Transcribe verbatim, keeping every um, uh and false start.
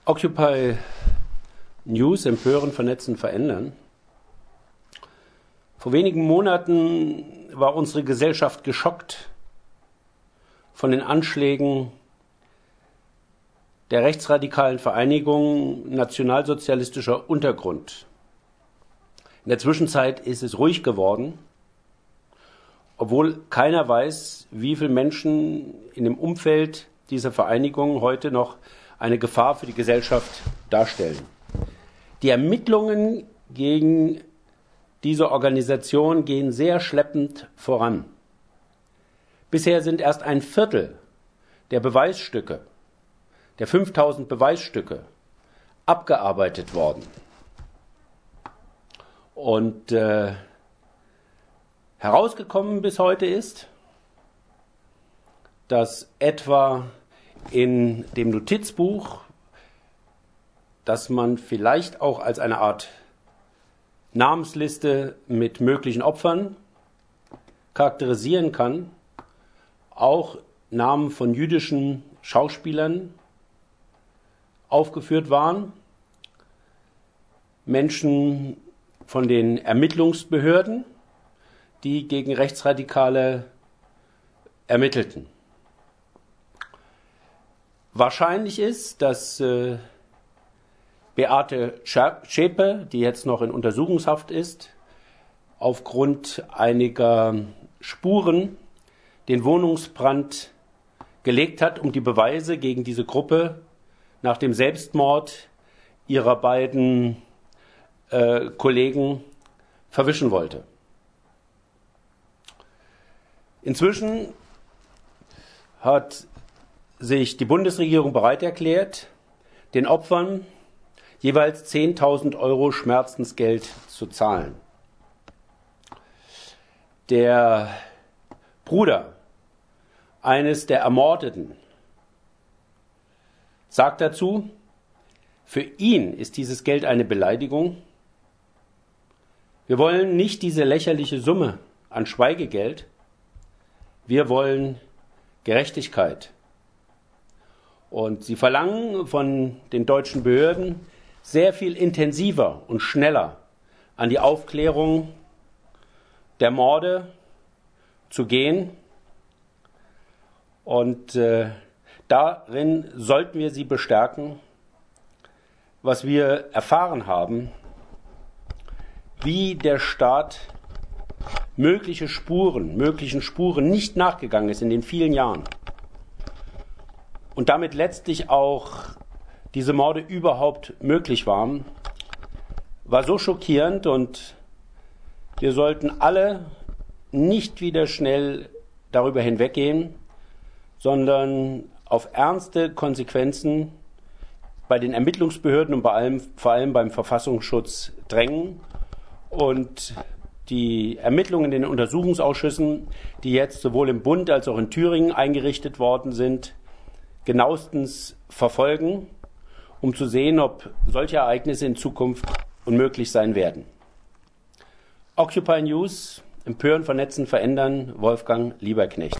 Occupy News, empören, vernetzen, verändern. Vor wenigen Monaten war unsere Gesellschaft geschockt von den Anschlägen der rechtsradikalen Vereinigung Nationalsozialistischer Untergrund. In der Zwischenzeit ist es ruhig geworden, obwohl keiner weiß, wie viele Menschen in dem Umfeld dieser Vereinigung heute noch eine Gefahr für die Gesellschaft darstellen. Die Ermittlungen gegen diese Organisation gehen sehr schleppend voran. Bisher sind erst ein Viertel der Beweisstücke, der fünftausend Beweisstücke, abgearbeitet worden. Und äh, herausgekommen bis heute ist, dass etwa in dem Notizbuch, das man vielleicht auch als eine Art Namensliste mit möglichen Opfern charakterisieren kann, auch Namen von jüdischen Schauspielern aufgeführt waren, Menschen von den Ermittlungsbehörden, die gegen Rechtsradikale ermittelten. Wahrscheinlich ist, dass äh, Beate Zschäpe, die jetzt noch in Untersuchungshaft ist, aufgrund einiger Spuren den Wohnungsbrand gelegt hat, um die Beweise gegen diese Gruppe nach dem Selbstmord ihrer beiden äh, Kollegen verwischen wollte. Inzwischen hat sich die Bundesregierung bereit erklärt, den Opfern jeweils zehntausend Euro Schmerzensgeld zu zahlen. Der Bruder eines der Ermordeten sagt dazu, für ihn ist dieses Geld eine Beleidigung. Wir wollen nicht diese lächerliche Summe an Schweigegeld, wir wollen Gerechtigkeit. Und sie verlangen von den deutschen Behörden, sehr viel intensiver und schneller an die Aufklärung der Morde zu gehen. Und äh, darin sollten wir sie bestärken, was wir erfahren haben, wie der Staat mögliche Spuren, möglichen Spuren nicht nachgegangen ist in den vielen Jahren. Und damit letztlich auch diese Morde überhaupt möglich waren, war so schockierend, und wir sollten alle nicht wieder schnell darüber hinweggehen, sondern auf ernste Konsequenzen bei den Ermittlungsbehörden und bei allem, vor allem beim Verfassungsschutz drängen und die Ermittlungen in den Untersuchungsausschüssen, die jetzt sowohl im Bund als auch in Thüringen eingerichtet worden sind, genauestens verfolgen, um zu sehen, ob solche Ereignisse in Zukunft unmöglich sein werden. Occupy News, empören, vernetzen, verändern, Wolfgang Lieberknecht.